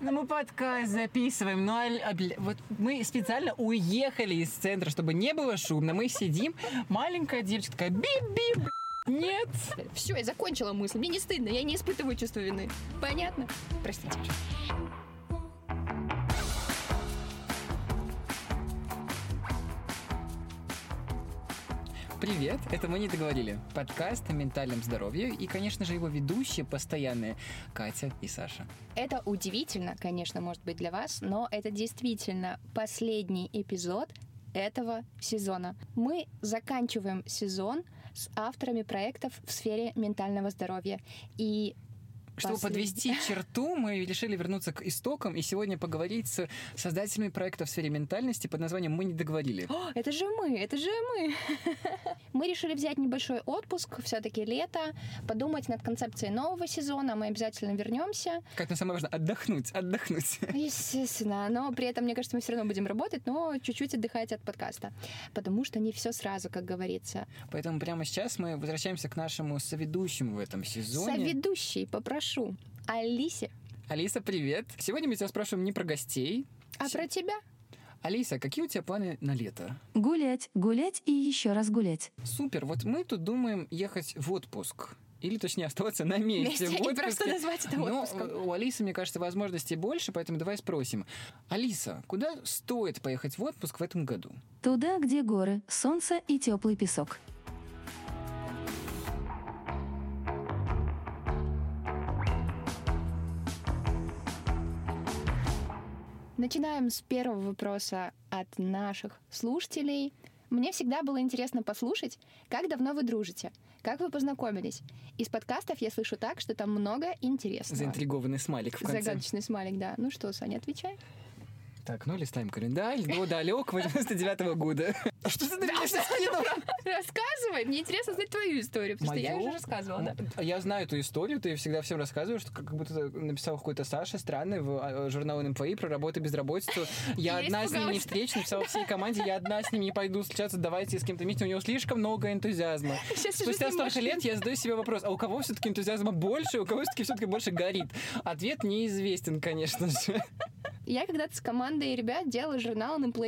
Ну, мы подкаст записываем, но вот мы специально уехали из центра, чтобы не было шумно. Мы сидим, маленькая девочка такая бип-бип, нет. Все, я закончила мысль. Мне не стыдно, я не испытываю чувство вины. Понятно? Простите. Привет, это «Мы не договорили». Подкаст о ментальном здоровье и, конечно же, его ведущие постоянные Катя и Саша. Это удивительно, конечно, может быть для вас, но это действительно последний эпизод этого сезона. Мы заканчиваем сезон с авторами проектов в сфере ментального здоровья. И чтобы подвести черту, мы решили вернуться к истокам и сегодня поговорить с создателями проекта в сфере ментальности под названием «Мы не договорили». О, это же мы! Мы решили взять небольшой отпуск, все-таки лето, подумать над концепцией нового сезона, мы обязательно вернемся. Как на самое важное, отдохнуть. Естественно, но при этом, мне кажется, мы все равно будем работать, но чуть-чуть отдыхать от подкаста, потому что не все сразу, как говорится. Поэтому прямо сейчас мы возвращаемся к нашему соведущему в этом сезоне. Соведущий, попрошу. Алисе. Алиса, привет. Сегодня мы тебя спрашиваем не про гостей. А про тебя? Алиса, какие у тебя планы на лето? Гулять, гулять и еще раз гулять. Супер. Вот мы тут думаем ехать в отпуск. Или, точнее, оставаться на месте. И просто назвать это отпуском. Но у Алисы, мне кажется, возможностей больше, поэтому давай спросим. Алиса, куда стоит поехать в отпуск в этом году? Туда, где горы, солнце и теплый песок. Начинаем с первого вопроса от наших слушателей. Мне всегда было интересно послушать, как давно вы дружите, как вы познакомились. Из подкастов я слышу так, что там много интересного. Заинтригованный смайлик в конце. Загадочный смайлик, да. Ну что, Саня, отвечай. Так, ну листаем календарь до далекого 99-го года. А что ты меня Рассказывай, мне интересно знать твою историю, потому что я уже рассказывала, да. Я знаю эту историю, ты всегда всем рассказываешь, что как будто ты написал какой-то Саша странный в журнал НМПИ про работу и безработицу. Я одна с ним не встречу, написала всей команде, я одна с ним не пойду встречаться, давайте с кем-то вместе, у него слишком много энтузиазма. Спустя столько лет я задаю себе вопрос, а у кого все-таки энтузиазма больше, у кого все-таки больше горит? Ответ неизвестен, конечно же. Я когда-то с командой ребят делала журнал Unemployed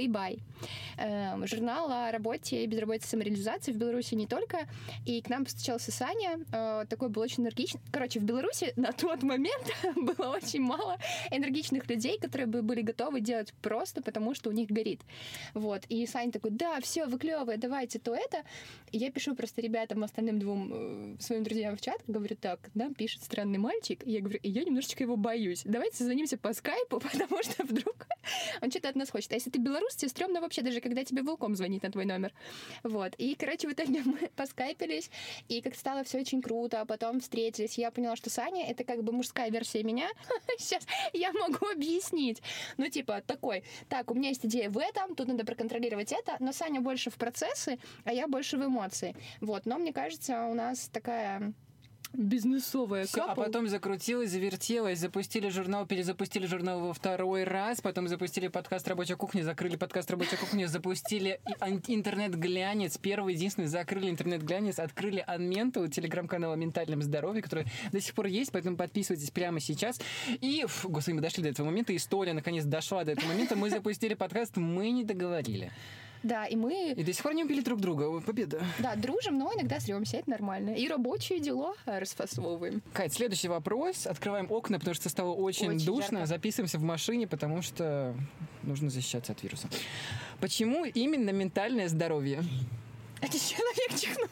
by. Журнал о работе и безработице, самореализации в Беларуси не только. И к нам постучался Саня, такой был очень энергичный. Короче, в Беларуси на тот момент было очень мало энергичных людей, которые бы были готовы делать просто потому, что у них горит. Вот. И Саня такой, да, все, вы клевые, давайте то это. И я пишу просто ребятам, остальным двум своим друзьям в чат, говорю, так, нам пишет странный мальчик. И я говорю, я немножечко его боюсь. Давайте созвонимся по скайпу, потому что вдруг он что-то от нас хочет. А если ты белорус, тебе стрёмно вообще, даже когда тебе волком звонит на твой номер. Вот. И, короче, в итоге мы поскайпились, и как стало все очень круто, а потом встретились. Я поняла, что Саня — это как бы мужская версия меня. Сейчас я могу объяснить. Ну, типа, такой, так, у меня есть идея в этом, тут надо проконтролировать это, но Саня больше в процессы, а я больше в эмоции. Вот. Но, мне кажется, у нас такая бизнесовая капа. А потом закрутилось, завертелось, запустили журнал, перезапустили журнал во второй раз, потом запустили подкаст «Рабочая кухня», закрыли подкаст «Рабочая кухня», запустили интернет-глянец, первый, единственный, закрыли интернет-глянец, открыли Анменту, телеграм-канал о ментальном здоровье, который до сих пор есть, поэтому подписывайтесь прямо сейчас. И, господи, мы дошли до этого момента, история наконец дошла до этого момента, мы запустили подкаст «Мы не договорили». Да, и мы... И до сих пор не убили друг друга. Победа. Да, дружим, но иногда срёмся, это нормально. И рабочие дела расфасовываем. Кать, следующий вопрос. Открываем окна, потому что стало очень душно. Жарко. Записываемся в машине, потому что нужно защищаться от вируса. Почему именно ментальное здоровье? Это человек чихнул.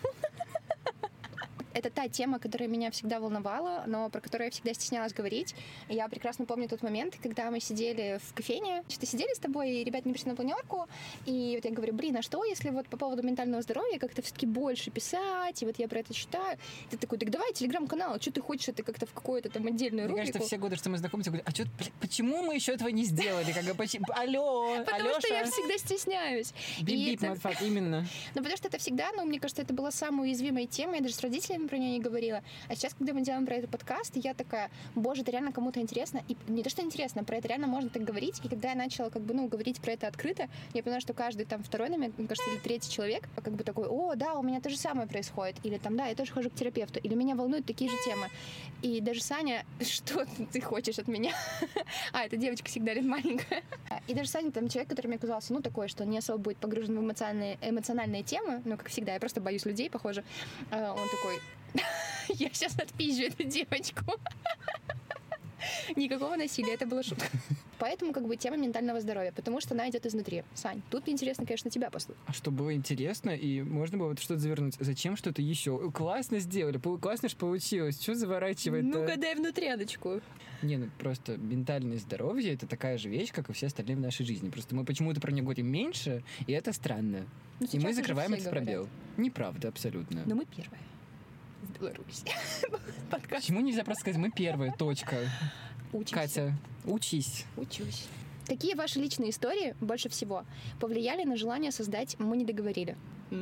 Это та тема, которая меня всегда волновала, но про которую я всегда стеснялась говорить. И я прекрасно помню тот момент, когда мы сидели в кофейне. Что-то сидели с тобой, и ребята не пришли на планерку. И вот я говорю, блин, а что, если вот по поводу ментального здоровья как-то все-таки больше писать, и вот я про это читаю. Ты такой, так давай телеграм-канал, что ты хочешь, это как-то в какую-то там отдельную рубрику. Мне кажется, все годы, что мы знакомимся, говорят, почему мы еще этого не сделали? Алло, потому что я всегда стесняюсь. Бип-бип, мадфак, именно. Ну, потому что это всегда, мне кажется, это была самая уязвимая тема. Я даже с родителями тему про нее не говорила. А сейчас, когда мы делаем про этот подкаст, я такая, боже, это реально кому-то интересно. И не то, что интересно, про это реально можно так говорить. И когда я начала говорить про это открыто, я поняла, что каждый там второй, мне кажется, или третий человек такой, о, да, у меня то же самое происходит. Или там, да, я тоже хожу к терапевту. Или меня волнуют такие же темы. И даже Саня, что ты хочешь от меня? Эта девочка всегда лет маленькая. И даже Саня, там, человек, который мне казался, такой, что не особо будет погружен в эмоциональные темы, как всегда, я просто боюсь людей, похоже. Он такой, я сейчас отпизжу эту девочку. Никакого насилия, это была шутка. Поэтому тема ментального здоровья, потому что она идет изнутри. Сань, тут интересно, конечно, тебя послушать. А чтобы было интересно, и можно было что-то завернуть. Зачем что-то еще? Классно сделали, классно же получилось. Что заворачивает? Ну-ка, дай внутряночку. Просто ментальное здоровье — это такая же вещь, как и все остальные в нашей жизни. Просто мы почему-то про него говорим меньше, и это странно. И мы закрываем этот пробел. Неправда, абсолютно. Но мы первые в Беларуси. Почему нельзя просто сказать «мы первые», точка? Учимся. Катя, учись. Учусь. Какие ваши личные истории больше всего повлияли на желание создать «Мы не договорили»?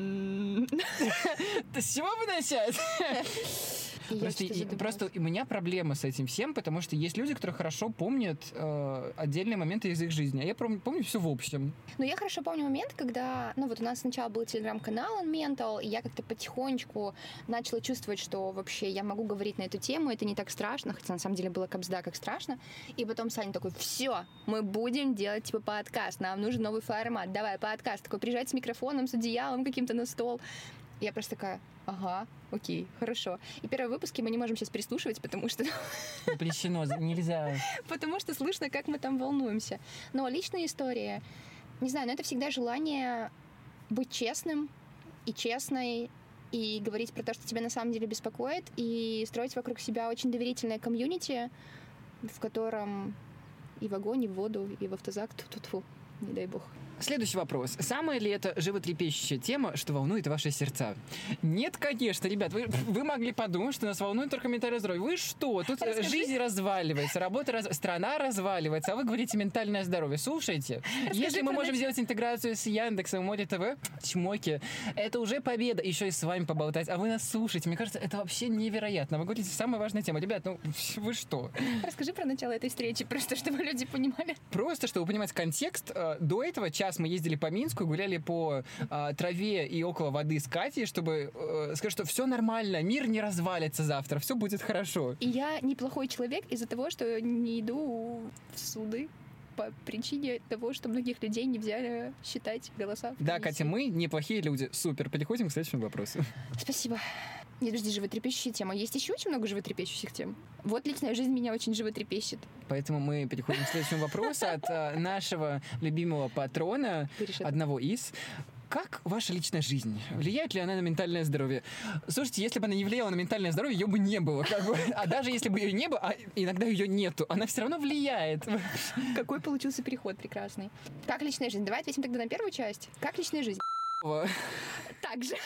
С чего бы начать? Просто у меня проблема с этим всем, потому что есть люди, которые хорошо помнят отдельные моменты из их жизни, а я помню все в общем. Я хорошо помню момент, когда, у нас сначала был телеграм-канал Unmental, и я как-то потихонечку начала чувствовать, что вообще я могу говорить на эту тему, это не так страшно, хотя на самом деле было кабзда, как страшно. И потом Саня такой, все, мы будем делать подкаст, нам нужен новый формат, давай подкаст. Такой приезжать с микрофоном, с одеялом каким-то на стол. Я просто такая, ага, окей, хорошо. И первые выпуски мы не можем сейчас переслушивать, потому что... Запрещено, нельзя. Потому что слышно, как мы там волнуемся. Но личная история, не знаю, но это всегда желание быть честным и честной, и говорить про то, что тебя на самом деле беспокоит, и строить вокруг себя очень доверительное комьюнити, в котором и в огонь, и в воду, и в автозак, тьфу-тьфу, не дай бог. Следующий вопрос. Самая ли это животрепещущая тема, что волнует ваши сердца? Нет, конечно, ребят. Вы могли подумать, что нас волнует только ментальное здоровье. Вы что? Тут жизнь разваливается, страна разваливается, а вы говорите ментальное здоровье. Слушайте, если мы можем сделать интеграцию с Яндексом, Море ТВ, чмоки, это уже победа. Еще и с вами поболтать. А вы нас слушаете. Мне кажется, это вообще невероятно. Вы говорите самая важная тема. Ребят, вы что? Расскажи про начало этой встречи, просто чтобы люди понимали. Просто, чтобы понимать контекст. До этого час мы ездили по Минску, гуляли по траве и около воды с Катей, чтобы сказать, что все нормально, мир не развалится завтра, все будет хорошо. И я неплохой человек из-за того, что не иду в суды по причине того, что многих людей не взяли считать голоса. Да, Катя, мы неплохие люди. Супер. Переходим к следующему вопросу. Спасибо. Нет, подожди, животрепещущая тема. Есть еще очень много животрепещущих тем. Вот личная жизнь меня очень животрепещет. Поэтому мы переходим к следующему вопросу от нашего любимого патрона, одного из. Как ваша личная жизнь? Влияет ли она на ментальное здоровье? Слушайте, если бы она не влияла на ментальное здоровье, ее бы не было. А даже если бы ее не было, а иногда ее нету, она все равно влияет. Какой получился переход прекрасный. Как личная жизнь? Давай ответим тогда на первую часть. Как личная жизнь? Так же.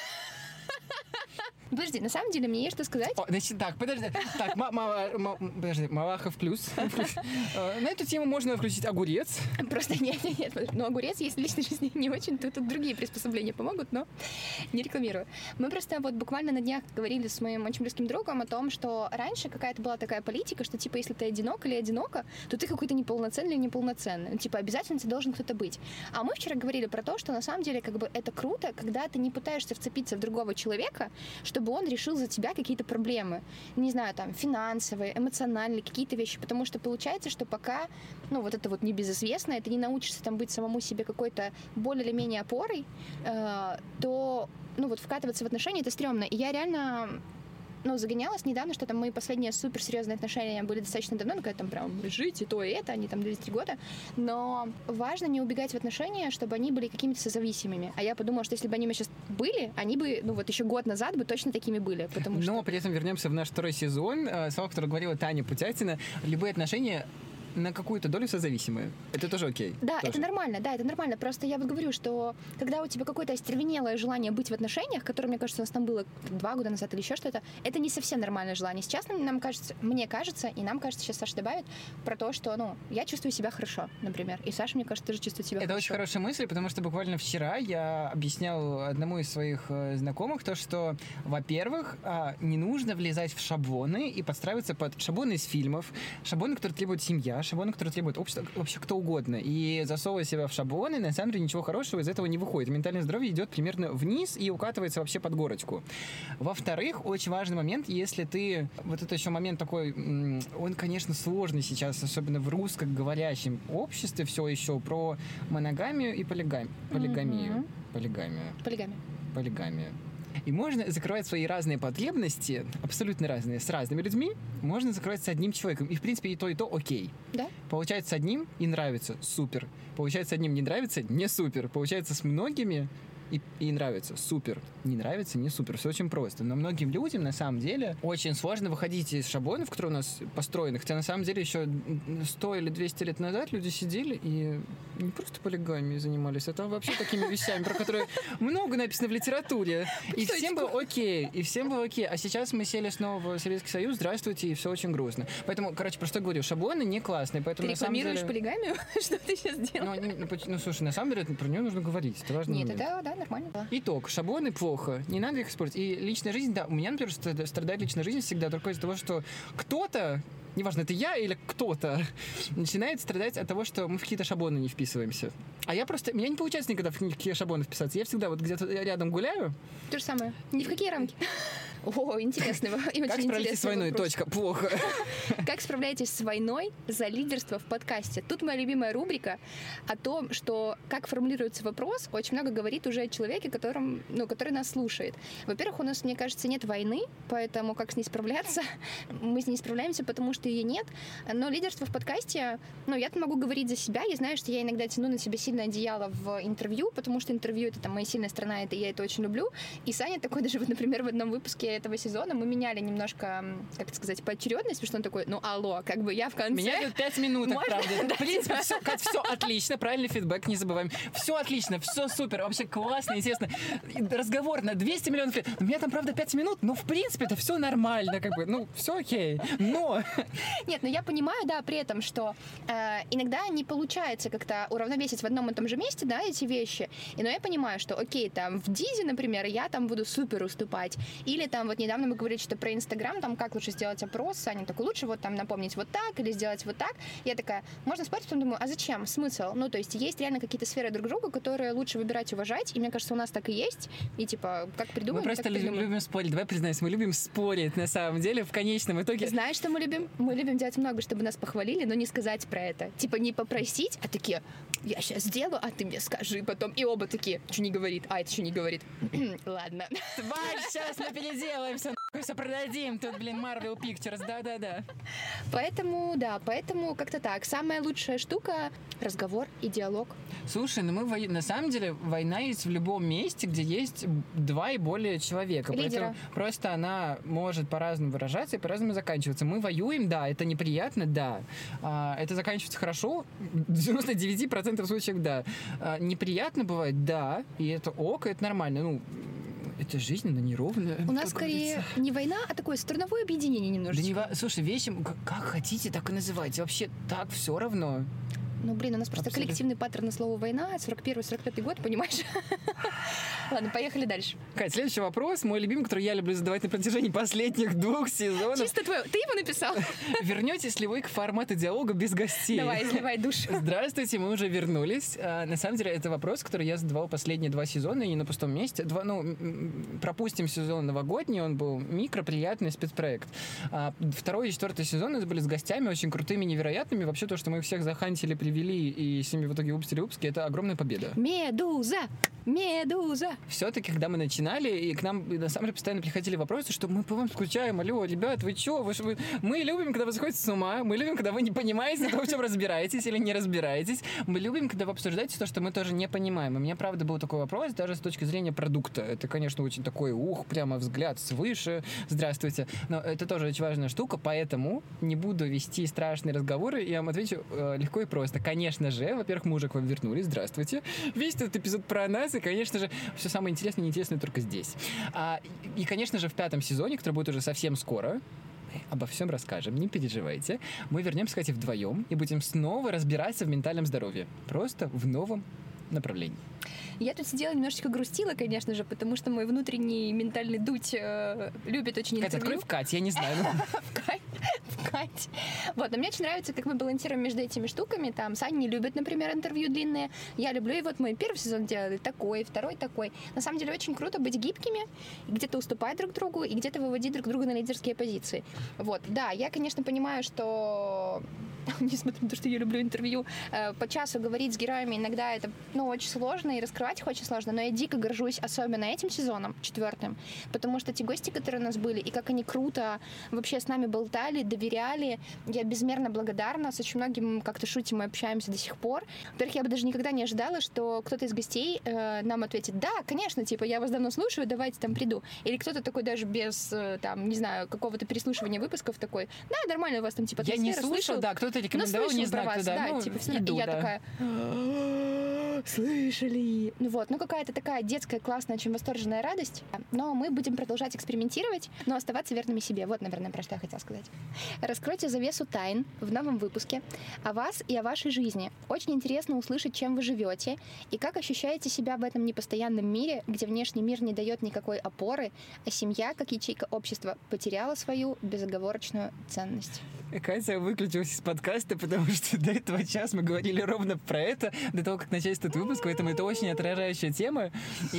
Подожди, на самом деле мне есть что сказать. Значит, так, подожди. Так, подожди, Малахов плюс. На эту тему можно включить огурец. Просто нет. Но огурец, если личной жизни не очень, то тут другие приспособления помогут, но не рекламирую. Мы просто буквально на днях говорили с моим очень близким другом о том, что раньше какая-то была такая политика, что если ты одинок или одинока, то ты какой-то неполноценный или неполноценный. Обязательно тебе должен кто-то быть. А мы вчера говорили про то, что на самом деле это круто, когда ты не пытаешься вцепиться в другого человека, чтобы он решил за тебя какие-то проблемы. Не знаю, финансовые, эмоциональные, какие-то вещи. Потому что получается, что пока, это небезызвестное, ты не научишься быть самому себе какой-то более или менее опорой, то, вкатываться в отношения это стрёмно. И я реально загонялась недавно, что мои последние суперсерьезные отношения были достаточно давно, когда прям жить и то, и это, они длились 3 года. Но важно не убегать в отношения, чтобы они были какими-то созависимыми. А я подумала, что если бы они сейчас были, они бы, еще год назад бы точно такими были. Но при этом вернемся в наш 2-й сезон. Слова, который говорила Таня Путятина. Любые отношения на какую-то долю созависимые. Это тоже окей. Да, тоже. это нормально. Просто я вот говорю, что когда у тебя какое-то остервенелое желание быть в отношениях, которое, мне кажется, у нас там было 2 года назад или еще что-то, это не совсем нормальное желание. Сейчас мне кажется, и нам кажется, сейчас Саша добавит, про то, что, я чувствую себя хорошо, например. И Саша, мне кажется, тоже чувствует себя Это хорошо. очень хорошая мысль, потому что буквально вчера я объяснял одному из своих знакомых то, что, во-первых, не нужно влезать в шаблоны и подстраиваться под шаблоны из фильмов, шаблоны, которые требует семья, шаблоны, которые требует общество, вообще кто угодно. И засовывая себя в шаблоны, на самом деле ничего хорошего из этого не выходит. Ментальное здоровье идет примерно вниз и укатывается вообще под горочку. Во-вторых, очень важный момент, если ты... Вот это еще момент такой, он, конечно, сложный сейчас, особенно в русскоговорящем обществе, все еще про моногамию и полигамию. Полигамию. И можно закрывать свои разные потребности, абсолютно разные, с разными людьми, можно закрывать с одним человеком. И, в принципе, и то окей. Да? Получается с одним и нравится, супер. Получается с одним не нравится, не супер. Получается с многими и нравится, супер. Не нравится, не супер. Все очень просто. Но многим людям, на самом деле, очень сложно выходить из шаблонов, которые у нас построены. Хотя, на самом деле, еще 100 или 200 лет назад люди сидели и не просто полигамией занимались, а там вообще такими вещами, про которые много написано в литературе. И всем было окей. А сейчас мы сели снова в Советский Союз, здравствуйте, и все очень грустно. Поэтому, короче, просто говорю, шаблоны не классные. Поэтому, ты рекламируешь полигамию? Что ты сейчас делаешь? Слушай, на самом деле, про нее нужно говорить. Это важно. Нет, это да, нормально. Да. Итог. Шаблоны плохо. Не надо их использовать. И личная жизнь, да, у меня, например, страдает личная жизнь всегда только из-за того, что кто-то, неважно, это я или кто-то, начинает страдать от того, что мы в какие-то шаблоны не вписываемся. А меня не получается никогда в какие шаблоны вписаться. Я всегда вот где-то рядом гуляю. То же самое. Ни в какие рамки. О, интересный вопрос. Как справляетесь с войной? Точка. Плохо. Как справляетесь с войной за лидерство в подкасте? Тут моя любимая рубрика о том, что как формулируется вопрос, очень много говорит уже о человеке, который нас слушает. Во-первых, у нас, мне кажется, нет войны, поэтому как с ней справляться? Мы с ней справляемся, потому что ее нет. Но лидерство в подкасте, я-то могу говорить за себя. Я знаю, что я иногда тяну на себя сильное одеяло в интервью, потому что интервью — это моя сильная сторона, я это очень люблю. И Саня такой даже, например, в одном выпуске этого сезона мы меняли немножко, как сказать, поочередность, потому что он такой, алло, как бы я в конце... Меня идет 5 минут, правда. В принципе, все отлично, правильный фидбэк, не забываем. Все отлично, все супер, вообще классно, интересно. Разговор на 200 миллионов лет. У меня там, правда, 5 минут, но в принципе это все нормально, все окей. Но... Нет, я понимаю, да, при этом, что иногда не получается как-то уравновесить в одном и том же месте, да, эти вещи. Но я понимаю, что окей, там в Дизе, например, я там буду супер уступать. Или там вот недавно мы говорили, что про Инстаграм, там как лучше сделать опрос, Саня такой, лучше вот там напомнить вот так или сделать вот так. Я такая, можно спорить, потом думаю, а зачем? Смысл? То есть есть реально какие-то сферы друг друга, которые лучше выбирать и уважать, и мне кажется, у нас так и есть. И как придумаем, мы просто любим спорить. Давай признаемся, мы любим спорить, на самом деле, в конечном итоге. Знаешь, что мы любим? Мы любим делать много, чтобы нас похвалили, но не сказать про это. Не попросить, а такие, я сейчас сделаю, а ты мне скажи потом. И оба такие, что не говорит, а это что не говорит. Ладно. Тварь, сейчас мы переделаемся, все продадим. Тут, Marvel Pictures, да-да-да. Поэтому как-то так. Самая лучшая штука — разговор и диалог. Слушай, на самом деле война есть в любом месте, где есть 2 и более человека. Лидера. Просто она может по-разному выражаться и по-разному заканчиваться. Мы воюем, да, это неприятно, да. Это заканчивается хорошо, в 99% случаев, да. Неприятно бывает, да, и это ок, это нормально. Это жизнь, она неровная. У нас скорее не война, а такое страновое объединение немножечко. Слушай, вещи как хотите, так и называйте. Вообще так все равно. У нас просто коллективный паттерн на слово «война», 41-45 год, понимаешь? Ладно, поехали дальше. Кать, следующий вопрос, мой любимый, который я люблю задавать на протяжении последних 2 сезонов. Чисто твой. Ты его написал? Вернетесь ли вы к формату диалога без гостей? Давай, изливай душу. Здравствуйте, мы уже вернулись. На самом деле, это вопрос, который я задавал последние 2 сезона, и не на пустом месте. Пропустим сезон новогодний, он был приятный спецпроект. 2 и 4 сезон это были с гостями, очень крутыми, невероятными. Вообще то, что мы их всех захантили, привели и с ними в итоге выпустили выпуски, это огромная победа. Медуза! Медуза! Все-таки, когда мы начинали, и к нам на самом деле постоянно приходили вопросы, что мы по вам скучаем, алло, ребят, вы чё? Мы любим, когда вы сходите с ума, мы любим, когда вы не понимаете то, в чем разбираетесь или не разбираетесь, мы любим, когда вы обсуждаете то, что мы тоже не понимаем. И у меня, правда, был такой вопрос, даже с точки зрения продукта. Это, конечно, очень такой, прямо взгляд свыше, здравствуйте. Но это тоже очень важная штука, поэтому не буду вести страшные разговоры, я вам отвечу легко и просто. Конечно же, во-первых, мы уже к вам вернулись, здравствуйте. Весь этот эпизод про нас, и, конечно же, все самое интересное и неинтересное только здесь. И, конечно же, в 5 сезоне, который будет уже совсем скоро, обо всем расскажем, не переживайте. Мы вернемся, кстати, вдвоем и будем снова разбираться в ментальном здоровье. Просто в новом направлении. Я тут сидела, немножечко грустила, конечно же, потому что мой внутренний ментальный дуть любит очень интервью. Катя, открой в Кате, я не знаю. В Кате. Вот, но мне очень нравится, как мы балансируем между этими штуками. Там Саня не любит, например, интервью длинные. Я люблю, и вот мы первый сезон делали такой, второй такой. На самом деле очень круто быть гибкими, где-то уступать друг другу, и где-то выводить друг друга на лидерские позиции. Вот, да, я, конечно, понимаю, что несмотря на то, что я люблю интервью, по часу говорить с героями иногда это, очень сложно, и раскрывать их очень сложно, но я дико горжусь особенно этим сезоном, 4, потому что те гости, которые у нас были, и как они круто вообще с нами болтали, доверяли, я безмерно благодарна, с очень многим как-то шутим и общаемся до сих пор. Во-первых, я бы даже никогда не ожидала, что кто-то из гостей нам ответит: да, конечно, типа, я вас давно слушаю, давайте там приду. Или кто-то такой даже без, там, не знаю, какого-то переслушивания выпусков такой: да, нормально у вас там, типа, я не слышал, да, кто-то рекомендовал, не знаю, кто, да, типа, иду, и я да. такая: слышали. Какая-то такая детская, классная, очень восторженная радость. Но мы будем продолжать экспериментировать, но оставаться верными себе. Вот, наверное, про что я хотела сказать. Раскройте завесу тайн в новом выпуске о вас и о вашей жизни. Очень интересно услышать, чем вы живете и как ощущаете себя в этом непостоянном мире, где внешний мир не дает никакой опоры, а семья, как ячейка общества, потеряла свою безоговорочную ценность. Катя выключилась из подкаста, потому что до этого часа мы говорили ровно про это, до того, как начать этот выпуск, поэтому это очень отражающая тема.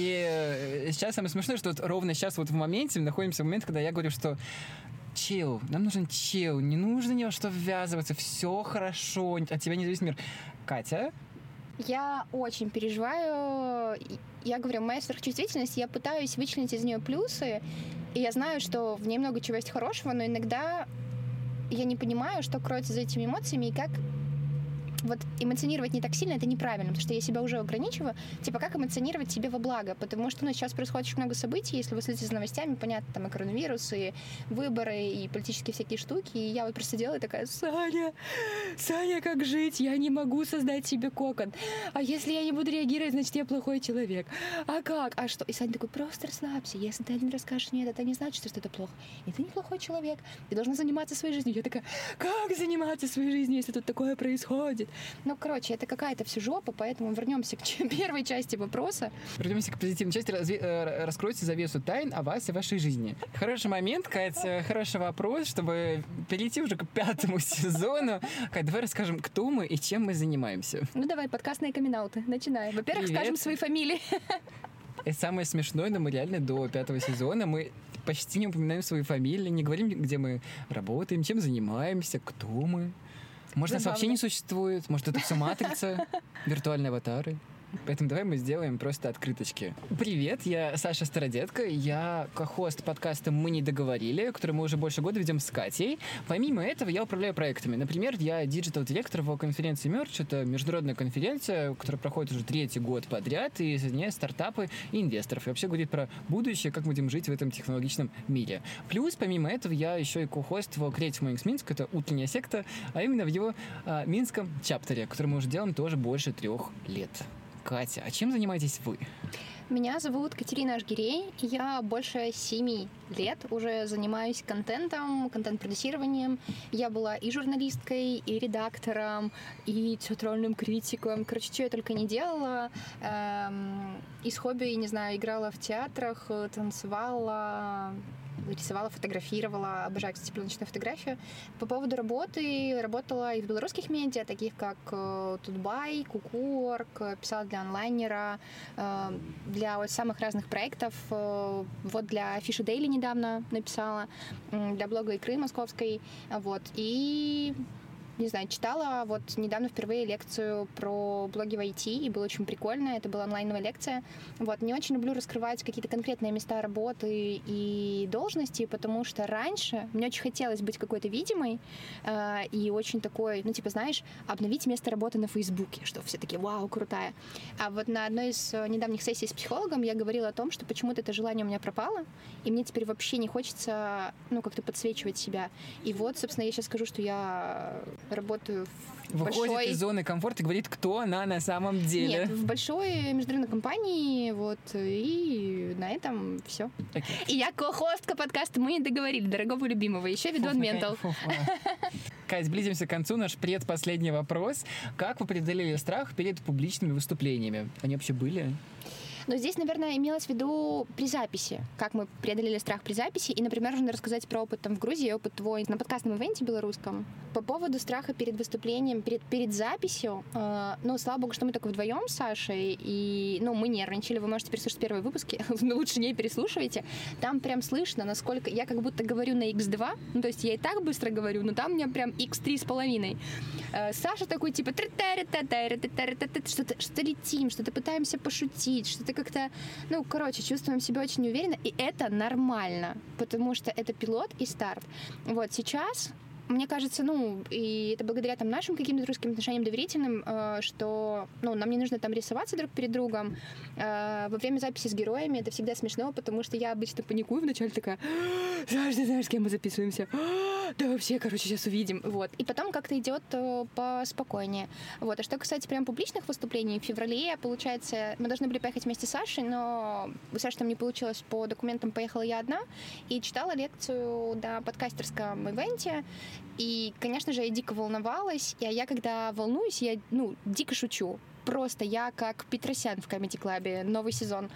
И сейчас самое смешное, что вот ровно сейчас вот в моменте, мы находимся в моменте, когда я говорю, что чил, нам нужен чил, не нужно ни во что ввязываться, все хорошо, от тебя не зависит мир. Катя? Я очень переживаю. Я говорю, моя сверхчувствительность, я пытаюсь вычленить из нее плюсы, и я знаю, что в ней много чего есть хорошего, но иногда я не понимаю, что кроется за этими эмоциями, и как вот эмоционировать не так сильно, это неправильно, потому что я себя уже ограничиваю. Типа, как эмоционировать себе во благо? Потому что сейчас происходит очень много событий, если вы следите за новостями, понятно, там и коронавирус, и выборы, и политические всякие штуки, и я вот просто делаю такая: Саня, как жить? Я не могу создать себе кокон. А если я не буду реагировать, значит, я плохой человек. А как? А что? И Саня такой: просто расслабься. Если ты один расскажешь нет, это не значит, что это плохо. И ты не плохой человек. Ты должна заниматься своей жизнью. Я такая: как заниматься своей жизнью, если тут такое происходит? Это какая-то все жопа, поэтому вернемся к первой части вопроса. Вернемся к позитивной части. Раскройте завесу тайн о вас и вашей жизни. Хороший момент, Катя, хороший вопрос, чтобы перейти уже к 5 сезону. Кать, давай расскажем, кто мы и чем мы занимаемся. Давай, подкастные камин-ауты. Начинаем. Во-первых, скажем свои фамилии. Это самое смешное, но мы реально до 5 сезона мы почти не упоминаем свои фамилии, не говорим, где мы работаем, чем занимаемся, кто мы. Может, нас вообще не существует, может, это все матрица, виртуальные аватары. Поэтому давай мы сделаем просто открыточки. Привет, я Саша Стародетка, я ко-хост подкаста «Мы не договорили», который мы уже больше года ведем с Катей. Помимо этого, я управляю проектами. Например, я диджитал-директор в конференции Merge. Это международная конференция, которая проходит уже 3-й год подряд и соединяет стартапы и инвесторов. И вообще говорит про будущее, как мы будем жить в этом технологичном мире. Плюс, помимо этого, я еще и ко-хост в Creative Mornings Minsk, это утренняя секта, а именно в его минском чаптере, который мы уже делаем тоже больше 3 лет. Катя, а чем занимаетесь вы? Меня зовут Катерина Ажгирей. Я больше 7 лет уже занимаюсь контентом, контент-продюсированием. Я была и журналисткой, и редактором, и театральным критиком. Короче, что я только не делала. Из хобби, не знаю, играла в театрах, танцевала, рисовала, фотографировала. Обожаю, кстати, пленочную фотографию. По поводу работы работала и в белорусских медиа, таких как Тутбай, Кукуорг, писала для онлайнера, для самых разных проектов. Вот для Афиши Дейли недавно написала, для блога Икры московской. Вот. И не знаю, читала вот недавно впервые лекцию про блоги в IT, и было очень прикольно, это была онлайновая лекция. Вот, не очень люблю раскрывать какие-то конкретные места работы и должности, потому что раньше мне очень хотелось быть какой-то видимой и очень такой, ну, типа, знаешь, обновить место работы на Фейсбуке, что все такие, вау, крутая. А вот на одной из недавних сессий с психологом я говорила о том, что почему-то это желание у меня пропало, и мне теперь вообще не хочется, ну, как-то подсвечивать себя. И вот, собственно, я сейчас скажу, что я работаю в Выходит из зоны комфорта и говорит, кто она на самом деле. Нет, в большой международной компании, вот, и на этом все. Okay. И я ко-хостка подкаста «Мы не договорили», дорогого любимого, еще веду Unmental. Кать, близимся к концу. Наш предпоследний вопрос. Как вы преодолели страх перед публичными выступлениями? Они вообще были? Но здесь, наверное, имелось в виду при записи, как мы преодолели страх при записи. И, например, можно рассказать про опыт там в Грузии, опыт твой на подкастном ивенте белорусском. По поводу страха перед выступлением, перед записью, ну, слава богу, что мы только вдвоем с Сашей, и, ну, мы нервничали. Вы можете переслушать первые выпуски, но лучше не переслушивайте. Там прям слышно, насколько я как будто говорю на X2, ну, то есть я и так быстро говорю, но там у меня прям X3,5. Саша такой, типа, что-то летим, что-то пытаемся пошутить, что-то как-то, ну, короче, чувствуем себя очень неуверенно, и это нормально, потому что это пилот и старт. Вот сейчас, мне кажется, ну, и это благодаря там нашим каким-то дружеским отношениям доверительным, что, ну, нам не нужно там рисоваться друг перед другом. Во время записи с героями это всегда смешно, потому что я обычно паникую вначале, такая, Саш, ты знаешь, с кем мы записываемся? Да вообще, короче, сейчас увидим. Вот. И потом как-то идет поспокойнее. Вот. А что касается прям публичных выступлений, в феврале, получается, мы должны были поехать вместе с Сашей, но у Саши там не получилось, по документам поехала я одна и читала лекцию на подкастерском ивенте. И, конечно же, я дико волновалась. А я, когда волнуюсь, я, ну, дико шучу. Просто я как Петросян в Comedy Club, новый сезон.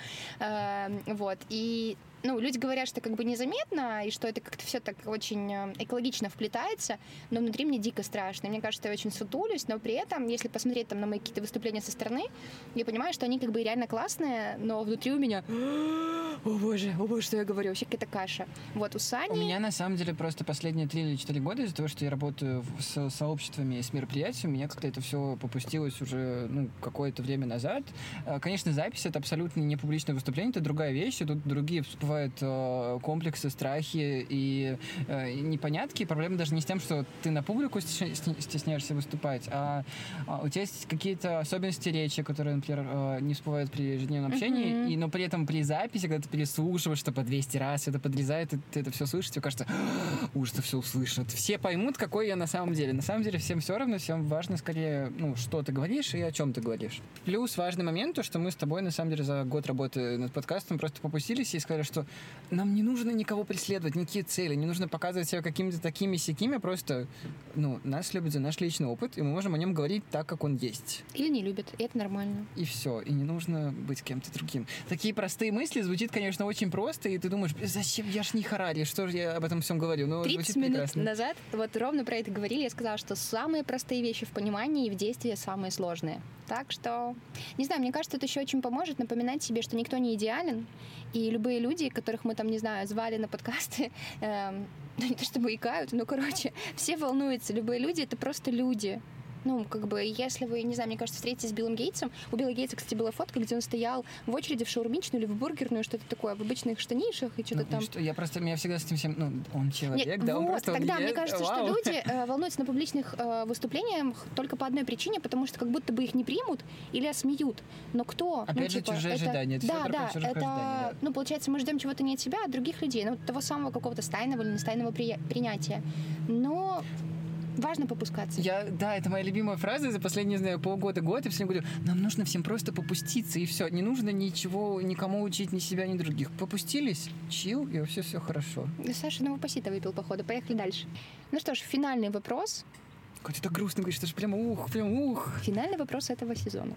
Вот. И, ну, люди говорят, что как бы незаметно, и что это как-то все так очень экологично вплетается, но внутри мне дико страшно. Мне кажется, я очень сутулюсь, но при этом, если посмотреть там на мои какие-то выступления со стороны, я понимаю, что они как бы реально классные, но внутри у меня о боже, что я говорю, вообще какая-то каша. Вот у Сани... У меня, на самом деле, просто последние 3 или 4 года из-за того, что я работаю с сообществами и с мероприятиями, у меня как-то это все попустилось уже, ну, какое-то время назад. Конечно, запись — это абсолютно не публичное выступление, это другая вещь, и тут другие всплывают комплексы, страхи и непонятки. Проблема даже не с тем, что ты на публику стесняешься выступать, а у тебя есть какие-то особенности речи, которые, например, не всплывают при ежедневном общении, но при этом при записи, когда ты переслушиваешь, что по 200 раз это подрезает, и ты это все слышишь, тебе кажется, что все услышат. Все поймут, какой я на самом деле. На самом деле всем все равно, всем важно скорее, ну, что ты говоришь и о чем ты говоришь. Плюс важный момент, то, что мы с тобой, на самом деле, за год работы над подкастом просто попустились и сказали, что нам не нужно никого преследовать, никакие цели, не нужно показывать себя какими-то такими-сякими, просто, ну, нас любят за наш личный опыт, и мы можем о нем говорить так, как он есть. Или не любят, и это нормально. И все, и не нужно быть кем-то другим. Такие простые мысли звучит, конечно, очень просто, и ты думаешь, зачем, я ж не Харари, что же я об этом всем говорю? Но 30 минут прекрасно. Назад вот ровно про это говорили, я сказала, что самые простые вещи в понимании и в действии самые сложные. Так что, не знаю, мне кажется, это еще очень поможет напоминать себе, что никто не идеален, и любые люди, которых мы там, не знаю, звали на подкасты, не то чтобы икают, но, короче, все волнуются. Любые люди — это просто люди. Ну, как бы, если вы, не знаю, мне кажется, встретитесь с Биллом Гейтсом. У Билла Гейтса, кстати, была фотка, где он стоял в очереди в шаурмичную или в бургерную, что-то такое, в обычных штанишах и что-то там. Что, меня всегда с этим всем, ну, он человек, нет, да, вот, он просто тогда он мне кажется, что люди волнуются на публичных выступлениях только по одной причине, потому что как будто бы их не примут или осмеют. Но кто? Опять же, чужие ожидания. Это, ну, получается, мы ждем чего-то не от себя, а от других людей, ну, того самого какого-то стайного или нестайного принятия. Но важно попускаться. Да, это моя любимая фраза за последние, не знаю, полгода-год. Я всем говорю, нам нужно всем просто попуститься, и все. Не нужно ничего, никому учить, ни себя, ни других. Попустились, чил, и вообще все хорошо. Саша новопосита выпил, походу. Поехали дальше. Ну что ж, финальный вопрос. Как ты так грустно говоришь, что ж прям ух. Финальный вопрос этого сезона.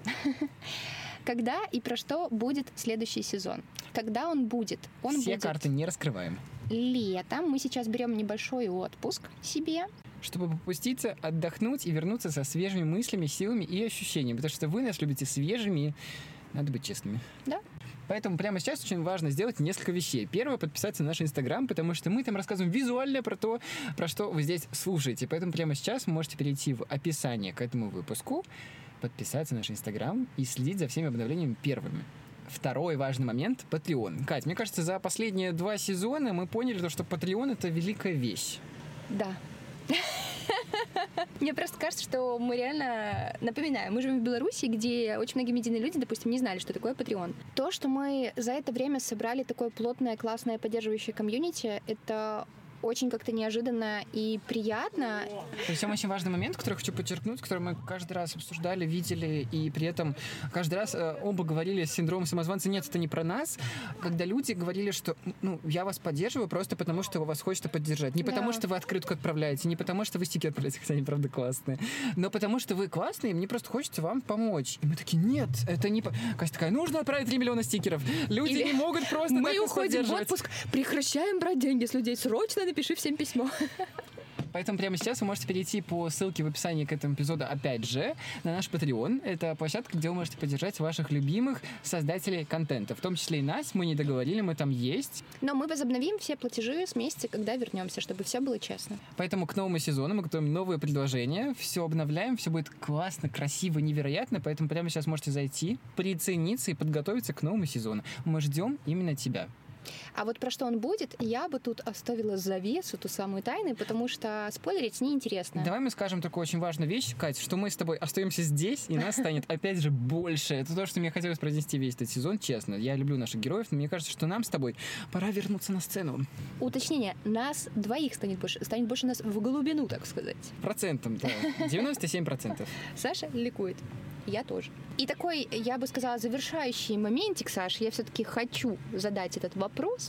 Когда и про что будет следующий сезон? Когда он будет? Все карты не раскрываем. Летом. Мы сейчас берем небольшой отпуск себе, чтобы попуститься, отдохнуть и вернуться со свежими мыслями, силами и ощущениями. Потому что вы нас любите свежими, надо быть честными. Да. Поэтому прямо сейчас очень важно сделать несколько вещей. Первое — подписаться на наш Инстаграм, потому что мы там рассказываем визуально про то, про что вы здесь слушаете. Поэтому прямо сейчас вы можете перейти в описание к этому выпуску, подписаться на наш Инстаграм и следить за всеми обновлениями первыми. Второй важный момент — Patreon. Кать, мне кажется, за последние 2 сезона мы поняли, что Patreon — это великая вещь. Да. Мне просто кажется, что мы реально... Напоминаю, мы живем в Беларуси, где очень многие медийные люди, допустим, не знали, что такое Patreon. То, что мы за это время собрали такое плотное, классное, поддерживающее комьюнити, это очень как-то неожиданно и приятно. Причем очень важный момент, который хочу подчеркнуть, который мы каждый раз обсуждали, видели, и при этом каждый раз оба говорили с синдромом самозванца: нет, это не про нас, когда люди говорили, что я вас поддерживаю просто потому, что вас хочется поддержать. Не потому, что вы открытку отправляете, не потому, что вы стикеры отправляете, хотя они, правда, классные, но потому, что вы классные, и мне просто хочется вам помочь. И мы такие: нет, это не... Катя такая: нужно отправить 3 миллиона стикеров. Люди не могут просто так нас поддерживать. Мы уходим в отпуск, прекращаем брать деньги с людей, срочно напиши всем письмо. Поэтому прямо сейчас вы можете перейти по ссылке в описании к этому эпизоду, опять же, на наш Patreon. Это площадка, где вы можете поддержать ваших любимых создателей контента. В том числе и нас. Мы не договорили, мы там есть. Но мы возобновим все платежи с месяца, когда вернемся, чтобы все было честно. Поэтому к новому сезону мы готовим новые предложения. Все обновляем, все будет классно, красиво, невероятно. Поэтому прямо сейчас можете зайти, прицениться и подготовиться к новому сезону. Мы ждем именно тебя. А вот про что он будет, я бы тут оставила завесу, ту самую тайну, потому что спойлерить неинтересно. Давай мы скажем такую очень важную вещь, Кать, что мы с тобой остаемся здесь, и нас станет опять же больше. Это то, что мне хотелось произнести весь этот сезон, честно. Я люблю наших героев, но мне кажется, что нам с тобой пора вернуться на сцену. Уточнение, нас двоих станет больше нас в глубину, так сказать. Процентом, да. 97%. Саша ликует. Я тоже. И такой, я бы сказала, завершающий моментик, Саша, я все-таки хочу задать этот вопрос.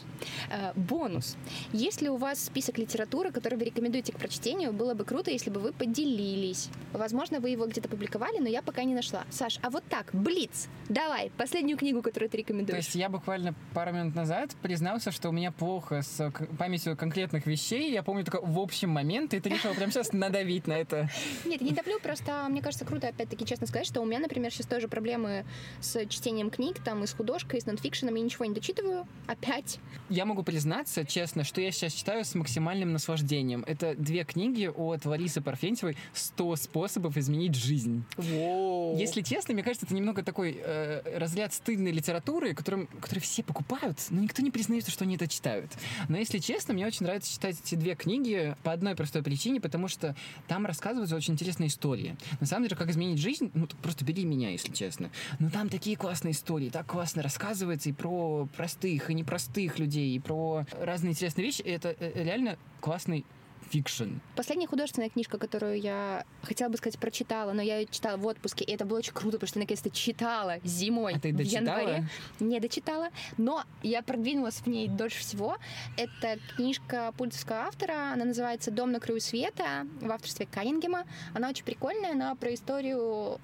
Бонус. Есть ли у вас список литературы, который вы рекомендуете к прочтению? Было бы круто, если бы вы поделились. Возможно, вы его где-то публиковали, но я пока не нашла. Саш, а вот так, блиц, давай, последнюю книгу, которую ты рекомендуешь. То есть я буквально пару минут назад признался, что у меня плохо с памятью конкретных вещей. Я помню только в общем момент, и ты решила прямо сейчас надавить на это. Нет, я не давлю, просто мне кажется круто, опять-таки, честно сказать, что у меня, например, сейчас тоже проблемы с чтением книг, там, и с художкой, и с нонфикшеном, я ничего не дочитываю, опять. Я могу признаться, честно, что я сейчас читаю с максимальным наслаждением. Это 2 книги от Ларисы Парфентьевой «100 способов изменить жизнь». Воу. Если честно, мне кажется, это немного такой разряд стыдной литературы, которую все покупают, но никто не признается, что они это читают. Но если честно, мне очень нравится читать эти 2 книги по одной простой причине, потому что там рассказываются очень интересные истории. На самом деле, как изменить жизнь, просто бери меня, если честно. Но там такие классные истории, так классно рассказывается и про простых, и непростых людей, и про разные интересные вещи. Это реально классный фикшн. Последняя художественная книжка, которую я, хотела бы сказать, прочитала, но я ее читала в отпуске, и это было очень круто, потому что я наконец-то читала зимой, а ты в дочитала? Январе. Не дочитала, но я продвинулась в ней дольше всего. Это книжка пульцевского автора, она называется «Дом на краю света» в авторстве Каннингема. Она очень прикольная, она про историю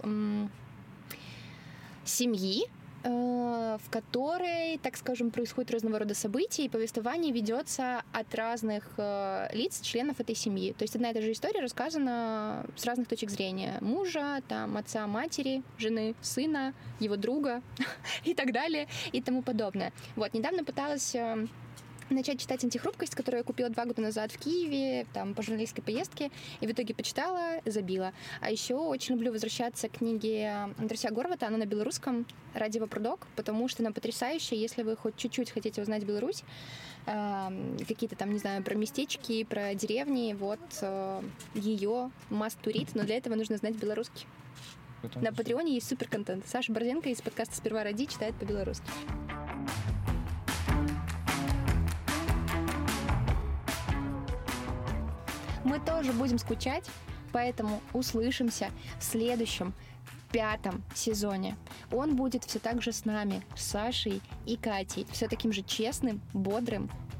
семьи, в которой, так скажем, происходят разного рода события, и повествование ведется от разных лиц, членов этой семьи. То есть одна и та же история рассказана с разных точек зрения. Мужа, там, отца, матери, жены, сына, его друга и так далее, и тому подобное. Вот, недавно пыталась начать читать «Антихрупкость», которую я купила 2 года назад в Киеве, там, по журналистской поездке, и в итоге почитала, забила. А еще очень люблю возвращаться к книге Андрюся Горвата, она на белорусском, «Радио Продок», потому что она потрясающая, если вы хоть чуть-чуть хотите узнать Беларусь, какие-то там, не знаю, про местечки, про деревни, вот ее must to read, но для этого нужно знать белорусский. На Патреоне есть супер контент. Саша Борзенко из подкаста «Сперва роди» читает по-белорусски. Мы тоже будем скучать, поэтому услышимся в следующем 5-м сезоне. Он будет все так же с нами, с Сашей и Катей, все таким же честным, бодрым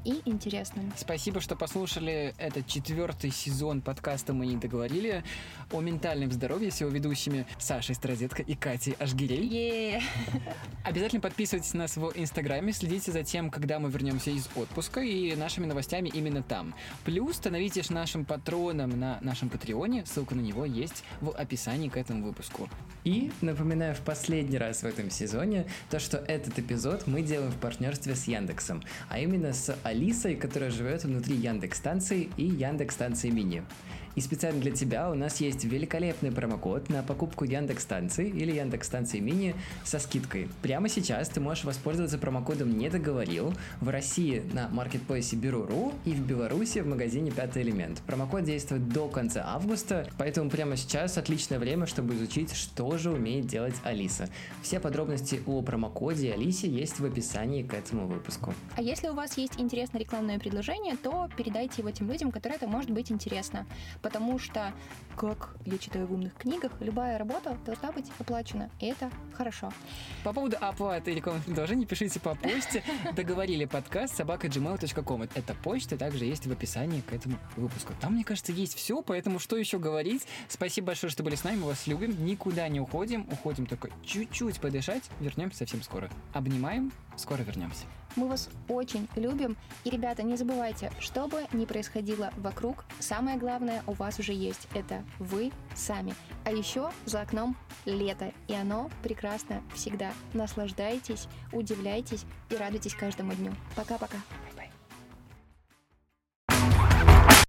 и интересным. Спасибо, что послушали этот 4-й сезон подкаста «Мы не договорили» о ментальном здоровье с его ведущими Сашей Стародетко и Катей Ашгирей. Обязательно подписывайтесь на нас в Инстаграме, следите за тем, когда мы вернемся из отпуска, и нашими новостями именно там. Плюс становитесь нашим патроном на нашем Патреоне, ссылка на него есть в описании к этому выпуску. И напоминаю в последний раз в этом сезоне то, что этот эпизод мы делаем в партнерстве с Яндексом, а именно с Алисой, которая живет внутри Яндекс.Станции и Яндекс.Станции Мини. И специально для тебя у нас есть великолепный промокод на покупку Яндекс.Станции или Яндекс.Станции Мини со скидкой. Прямо сейчас ты можешь воспользоваться промокодом «Не договорил» в России на маркетплейсе Беру.ру и в Беларуси в магазине «Пятый элемент». Промокод действует до конца августа, поэтому прямо сейчас отличное время, чтобы изучить, что же умеет делать Алиса. Все подробности о промокоде и Алисе есть в описании к этому выпуску. А если у вас есть интересное рекламное предложение, то передайте его тем людям, которым это может быть интересно. Потому что, как я читаю в умных книгах, любая работа должна быть оплачена. И это хорошо. По поводу оплаты рекламных предложений пишите по почте договорили подкаст @gmail.com. Эта почта также есть в описании к этому выпуску. Там, мне кажется, есть все, поэтому что еще говорить? Спасибо большое, что были с нами, мы вас любим, никуда не уходим только чуть-чуть подышать, вернемся совсем скоро. Обнимаем, скоро вернемся. Мы вас очень любим. И, ребята, не забывайте, что бы ни происходило вокруг, самое главное у вас уже есть. Это вы сами. А еще за окном лето. И оно прекрасно всегда. Наслаждайтесь, удивляйтесь и радуйтесь каждому дню. Пока-пока.